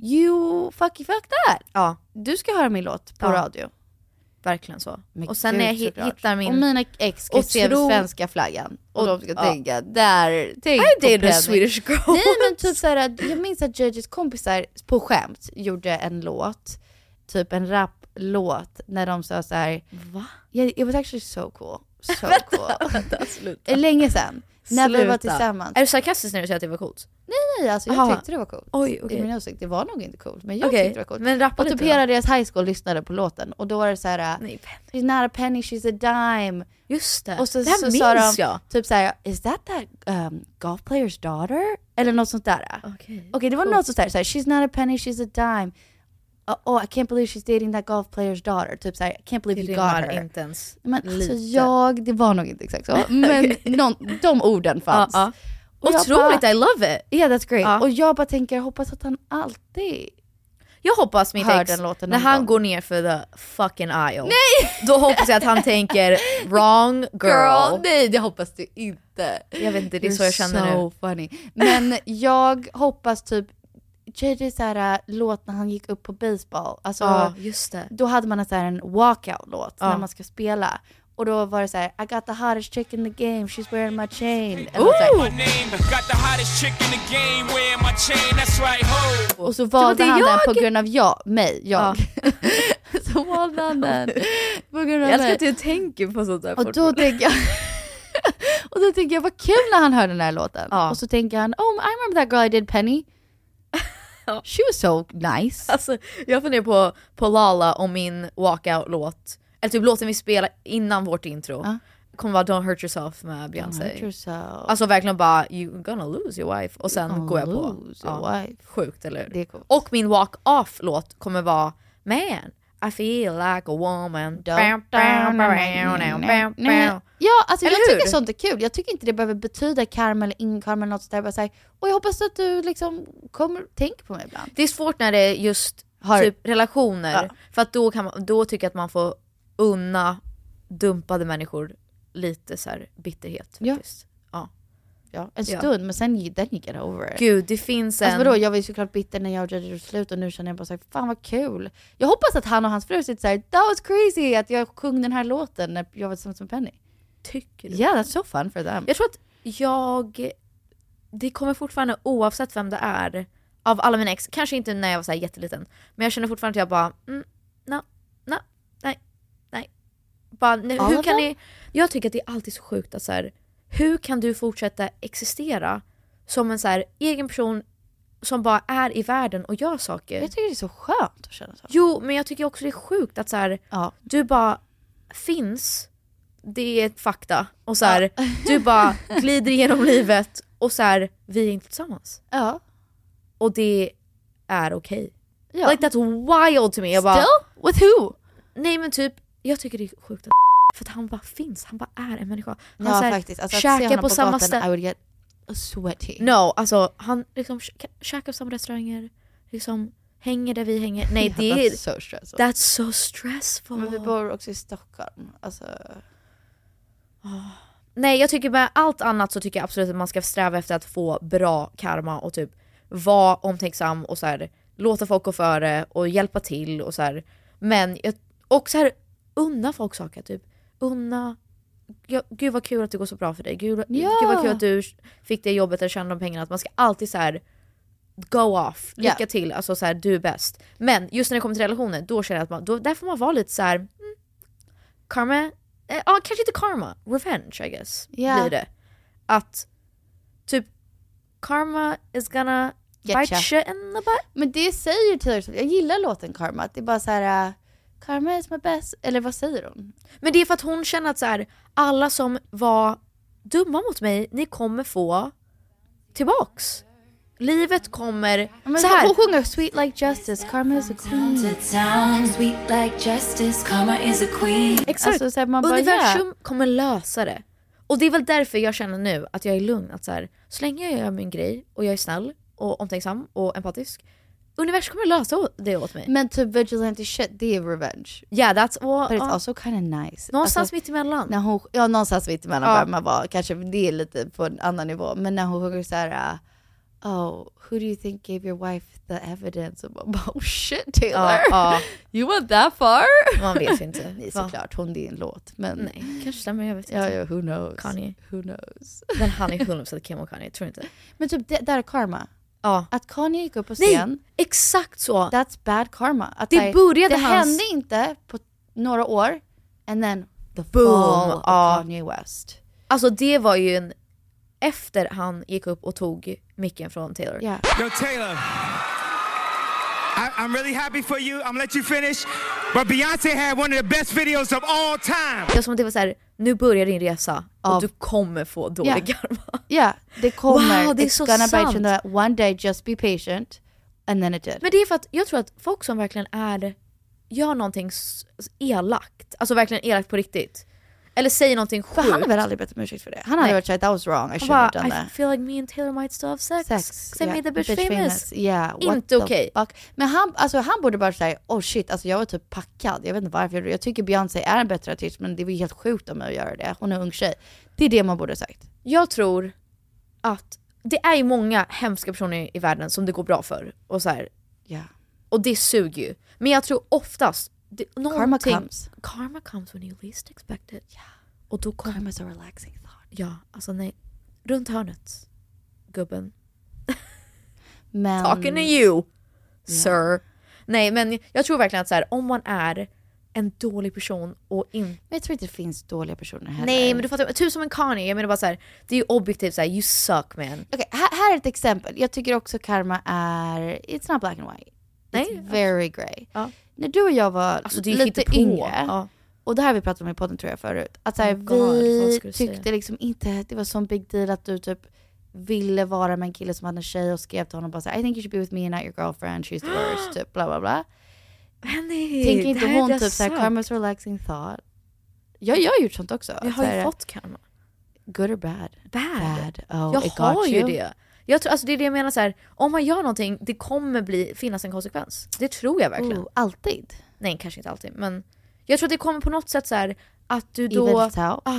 you fuck that. Ja. Du ska höra min låt på radio. Verkligen så. Men och sen när jag hittar min... Och mina ex ska se svenska flaggan. Och de ska tänka, tänk I did a Swedish girl. Nej, men typ såhär, jag minns att Judges kompisar på skämt gjorde en låt. Typ en rap-låt. När de sa såhär, va? Yeah, it was actually so cool. So cool. Länge sedan. När vi var tillsammans. Är du sarkastisk när du säger att det var coolt? Nej, alltså jag tyckte det var coolt. Oj, okay. I min åsikt, det var nog inte coolt. Men jag tyckte det var coolt. Men rappa och typ hela deras high school lyssnade på låten. Och då var det så här: she's not a penny, she's a dime. Just det. Och så, det här så sa de jag. typ såhär, is that golf player's daughter? Eller något sånt där. Okej, det var något sånt där. She's not a penny, she's a dime. Oh, I can't believe she's dating that golf player's daughter. Typ såhär, I can't believe you got her. Inte ens men alltså det var nog inte exakt så. Men de orden fanns. Otroligt, I love it. Yeah, that's great. Och jag bara tänker, jag hoppas att han alltid... Jag hoppas mitt ex, när han går ner för the fucking aisle. Nej! Då hoppas jag att han tänker, wrong girl. Nej, det hoppas du inte. Jag vet inte, det är så jag känner nu. So funny. Men jag hoppas typ, JJ såhär låt när han gick upp på baseball. Alltså, just det. Då hade man en walkout-låt när man ska spela. Och då var det såhär, I got the hottest chick in the game, she's wearing my chain. Och så valde han den på grund av jag. Så valde han den på grund av jag ska inte tänka på sånt där. Och då tänker jag, vad kul när han hör den här låten. Och så tänker han, oh, I remember that girl I did Penny. She was so nice. Alltså, jag funderar på Lala om min walkout-låt. Eller typ låten vi spelar innan vårt intro kommer vara Don't Hurt Yourself med Beyoncé. Alltså verkligen bara you're gonna lose your wife. Och sen går jag på sjukt eller? Det är coolt. Och min walk-off-låt kommer vara Man, I feel like a woman. Ja, alltså jag tycker sånt är kul. Jag tycker inte det behöver betyda karma eller ingen karma eller något sådär. Bara säga, och jag hoppas att du liksom tänker på mig ibland. Det är svårt när det är just typ relationer. För att då tycker jag att man får unna dumpade människor lite så här bitterhet. Ja, en stund, men sen you get over it. Gud, det finns alltså vadå, jag var ju såklart bitter när jag och Judge slut och nu känner jag bara såhär, fan vad kul. Jag hoppas att han och hans fru sitter såhär, that was crazy att jag sjöng den här låten när jag var tillsammans med Penny. Tycker du? Yeah, that's so fun for them. Jag tror att det kommer fortfarande oavsett vem det är av alla mina ex, kanske inte när jag var så här jätteliten, men jag känner fortfarande att jag bara nej. Bara, hur kan ni? Jag tycker att det är alltid så sjukt att så här, hur kan du fortsätta existera som en så här egen person som bara är i världen och gör saker? Jag tycker det är så skönt att känna så. Jo, men jag tycker också det är sjukt att så här, du bara finns, det är fakta och så här, du bara glider igenom livet och så här, vi är inte tillsammans. Ja. Och det är okej. Ja. Like that's wild to me. Jag bara, still? With who? Nej men typ, jag tycker det är sjukt att för att han bara finns, han bara är en människa. Han ja, faktiskt. Alltså, käkar på samma ställe. I would get sweaty. No, alltså han liksom käkar på samma restauranger, liksom hänger där vi hänger. Nej, det är so stressful. That's so stressful. Men vi bor också i Stockholm. Alltså nej, jag tycker med allt annat så tycker jag absolut att man ska sträva efter att få bra karma och typ vara omtänksam och så här, låta folk gå före och hjälpa till och så här. Men och så här, unna folk saker typ. Gud vad kul att det går så bra för dig. Gud vad kul att du fick det jobbet eller tjänade de pengarna. Att man ska alltid så här go off. Lycka till. Alltså så här, du är bäst. Men just när det kommer till relationer, då känner jag att där får man vara lite så här karma. Kanske inte karma. Revenge, I guess. Blir det. Att typ karma is gonna bite shit in the butt. Men det säger Taylor. Jag gillar låten Karma. Det är bara så här karma is my best. Eller vad säger hon? Men det är för att hon känner att så här, alla som var dumma mot mig, ni kommer få tillbaks. Livet kommer men så här. Hon sjunger Sweet like justice, karma is a queen. Sweet like justice, karma is a queen. Exakt, alltså, så här, man universum kommer lösa det. Och det är väl därför jag känner nu att jag är lugn. Att så länge jag gör min grej och jag är snäll och omtänksam och empatisk, universum kommer lösa det åt mig. Men typ vigilante shit, det är revenge. Yeah, that's all. But it's also kind of nice. Någonstans alltså, mitt emellan. När hon, någonstans mitt emellan bör man vara. Kanske det är lite på en annan nivå. Men när hon sjunger så här, oh, who do you think gave your wife the evidence? Oh shit, Taylor. You went that far? Man vet inte. Nej, såklart. Hon, det är en låt. Men nej, kanske stämmer, jag vet inte. Ja, who knows? Kanye. Who knows? Men han är 100% Kim och Kanye, tror inte. Men typ, det där är karma. Att Kanye gick upp på scen. Nej, exakt så. That's bad karma. Att det började det hände inte på några år. And then the fall of Kanye West. Alltså det var ju efter han gick upp och tog micken från Taylor. Yeah. Yo Taylor, I'm really happy for you. I'm gonna let you finish. But Beyoncé had one of the best videos of all time. Det är som att det var så här, nu börjar din resa och du kommer få dålig karma. Ja, det kommer. Wow, det är It's så gonna sant. bite you one day, just be patient. And then it did. Men det är för att jag tror att folk som verkligen gör någonting elakt, alltså verkligen elakt på riktigt, eller säger någonting sjukt. För han har väl aldrig bett om ursäkt för det. Han hade varit såhär, that was wrong, I shouldn't have done that. I feel like me and Taylor might still have sex. Cause I made the bitch famous. Yeah, inte okej. Men han borde bara säga, oh shit, alltså jag var typ packad. Jag vet inte varför. Jag tycker Beyoncé är en bättre artist, men det var helt sjukt om mig att göra det. Hon är en ung tjej. Det är det man borde ha sagt. Jag tror att det är ju många hemska personer i världen som det går bra för. Och så här, och det suger ju. Men jag tror oftast Karma comes when you least expect it. Yeah. Och då kommer Karma's a relaxing thought. Ja, alltså nej. Runt hörnet. Gubben. Men talking to you, sir. Nej, men jag tror verkligen att så här, om man är en dålig person och inte... Men jag tror inte det finns dåliga personer heller. Nej, men du fattar, typ som en Kanye. Jag menar bara så här, det är ju objektivt så här, you suck man. Okej, här är ett exempel. Jag tycker också karma är, it's not black and white. It's very grey. Ja. När du och jag var alltså, lite yngre, och det här har vi pratat om i podden tror jag förut, att så här, vi tyckte liksom inte det var sån big deal att du typ ville vara med en kille som hade en tjej och skrev till honom bara så här, I think you should be with me and not your girlfriend, she's the worst, typ bla bla bla. Tänker inte hon typ såhär, karma's relaxing thought? Jag har gjort sånt också. Jag har ju fått karma. Good or bad? Bad. Oh, jag har ju det. Jag tror, alltså det är det jag menar så här, om man gör någonting, det kommer finnas en konsekvens. Det tror jag verkligen. Alltid? Nej, kanske inte alltid, men jag tror att det kommer på något sätt så här, att du då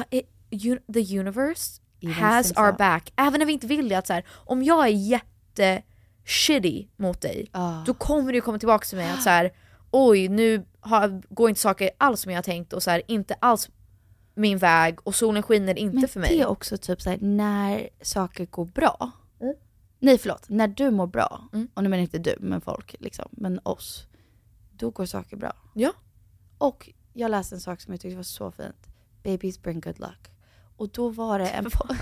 the universe has our back. Även när vi inte vill det, att så här, om jag är jätte shitty mot dig, då kommer du komma tillbaka till mig att så här, oj, nu går inte saker alls som jag har tänkt och så här, inte alls min väg och solen skiner inte men för mig. Det är också typ så här, när saker går bra. Nej, förlåt. När du mår bra, och nu menar inte du, men folk liksom, men oss, då går saker bra. Ja. Och jag läste en sak som jag tyckte var så fint. Babies bring good luck. Och då var det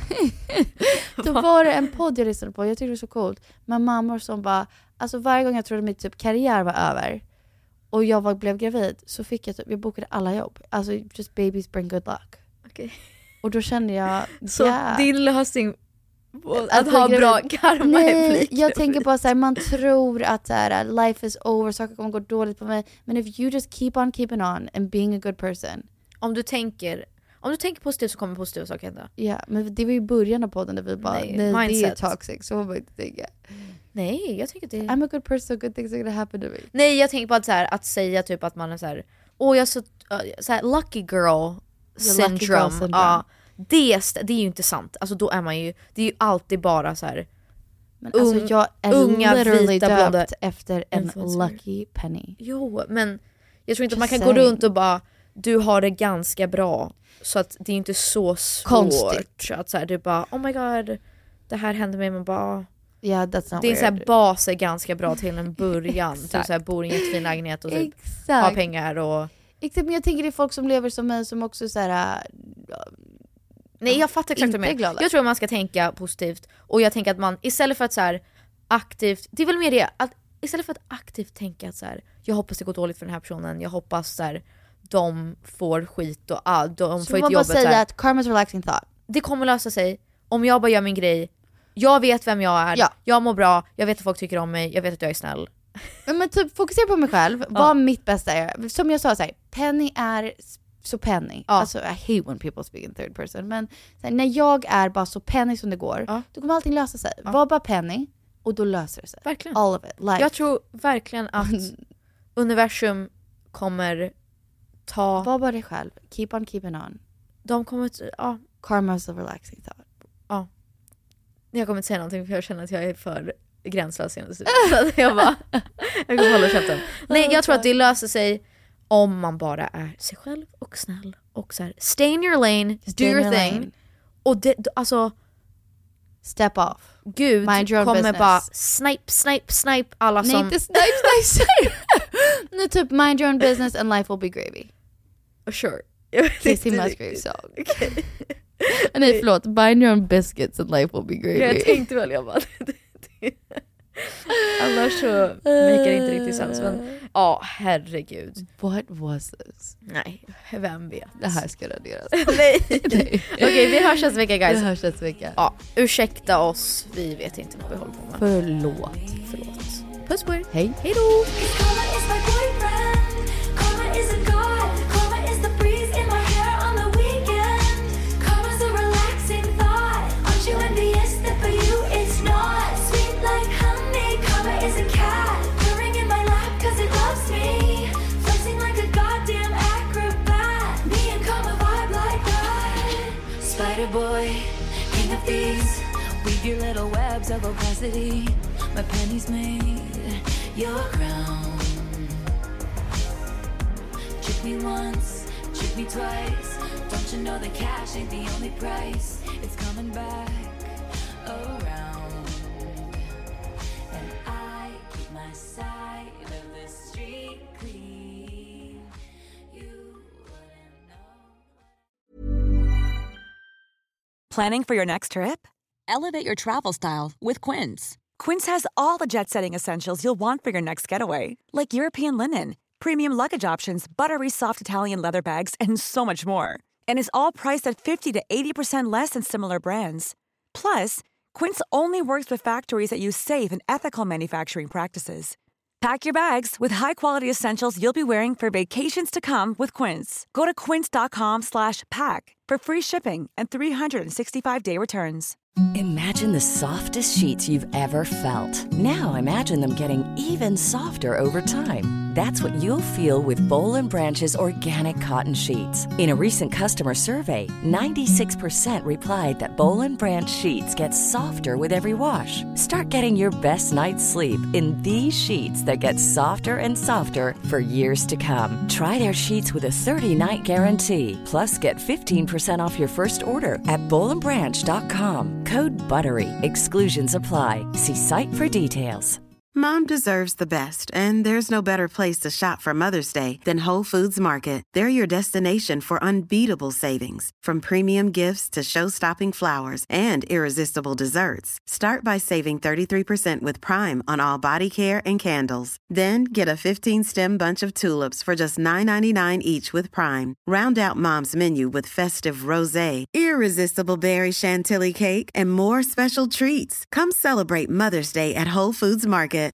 en podd jag lyssnade på. Jag tyckte det var så coolt. Med mammor som bara, alltså varje gång jag trodde min typ karriär var över och jag blev gravid, så fick jag typ, jag bokade alla jobb. Alltså just babies bring good luck. Okay. Och då kände jag, så din lösning att ha bra karma. Nej, jag tänker bara så här, man tror att så här, life is over, saker kommer gå dåligt på mig, men if you just keep on keeping on and being a good person. Om du tänker positivt så kommer positiva saker hända. Ja, men det var ju början av podden där vi bara, nej det är toxic, så får man inte tänka. Nej, jag tycker det I'm a good person, so good things are gonna happen to me. Nej, jag tänker på att så här, att säga typ att man är så här, jag är så här, lucky girl syndrome. Ja, det är ju inte sant. Alltså då är man ju, det är ju alltid bara så här, men alltså jag är unga literally döpt efter en lucky penny. Jo, men jag tror inte att man kan gå runt och bara, du har det ganska bra, så att det är inte så svårt. Konstigt. Att så här, det bara, oh my god, det här hände mig, man bara, yeah, that's not det är weird. Så här, bas är ganska bra till en början. Du så här, bor i en fin lägenhet och typ har pengar och... Exakt, men jag tänker det är folk som lever som mig som också så här. Nej, jag fattar exakt vad jag tror att man ska tänka positivt. Och jag tänker att man istället för att så här aktivt, det är väl mer det, att istället för att aktivt tänka att så här, jag hoppas det går dåligt för den här personen, jag hoppas så här, de får skit och de så får ett jobb. Så man bara säga att karma's relaxing thought. Det kommer lösa sig om jag bara gör min grej. Jag vet vem jag är, jag mår bra, jag vet att folk tycker om mig, jag vet att jag är snäll. Men typ fokusera på mig själv, vad mitt bästa är. Som jag sa, så här, Penny är så Penny. Alltså I hate when people speak in third person. Men så här, när jag är bara så Penny som det går, då kommer allting lösa sig. Var bara Penny och då löser det sig. Verkligen. All of it. Life. Jag tror verkligen att universum kommer ta... Var bara dig själv. Keep on keeping on. De kommer... Karma's a relaxing thought. Ja. Jag kommer inte säga någonting för jag känner att jag är för gränslös. Jag kommer hålla käften. Nej, jag tror att det löser sig om man bara är sig själv och snäll och så här, stay in your lane, do your thing. Och det, alltså step off. Gud kommer business. Bara snipe alla som... Nej, inte snipe. Nu typ mind your own business and life will be gravy. Sure. Kissy Musgrave song. Okay. Nej förlåt, bind your own biscuits and life will be gravy. Jag tänkte väl, jag bara annars så make inte riktigt sens. Men herregud. What was this? Nej, vem vet. Det här ska raderas. Nej. Okej, vi hörs nästa vecka guys. Vi hörs nästa vecka. Ja, ursäkta oss, vi vet inte vad vi håller på med. Förlåt. Puss på er. Hej. Hej då. Boy, king of thieves, weave your little webs of opacity. My pennies made your crown. Trick me once, trick me twice. Don't you know that cash ain't the only price? It's coming back around. And I keep my side of the street clean. You wouldn't know. Planning for your next trip? Elevate your travel style with Quince. Quince has all the jet-setting essentials you'll want for your next getaway, like European linen, premium luggage options, buttery soft Italian leather bags, and so much more. And is all priced at 50 to 80% less than similar brands. Plus, Quince only works with factories that use safe and ethical manufacturing practices. Pack your bags with high-quality essentials you'll be wearing for vacations to come with Quince. Go to quince.com/pack for free shipping and 365-day returns. Imagine the softest sheets you've ever felt. Now imagine them getting even softer over time. That's what you'll feel with Boll & Branch's organic cotton sheets. In a recent customer survey, 96% replied that Boll & Branch sheets get softer with every wash. Start getting your best night's sleep in these sheets that get softer and softer for years to come. Try their sheets with a 30-night guarantee. Plus, get 15% off your first order at bollandbranch.com. Code BUTTERY. Exclusions apply. See site for details. Mom deserves the best, and there's no better place to shop for Mother's Day than Whole Foods Market. They're your destination for unbeatable savings, from premium gifts to show-stopping flowers and irresistible desserts. Start by saving 33% with Prime on all body care and candles. Then get a 15-stem bunch of tulips for just $9.99 each with Prime. Round out Mom's menu with festive rosé, irresistible berry chantilly cake, and more special treats. Come celebrate Mother's Day at Whole Foods Market.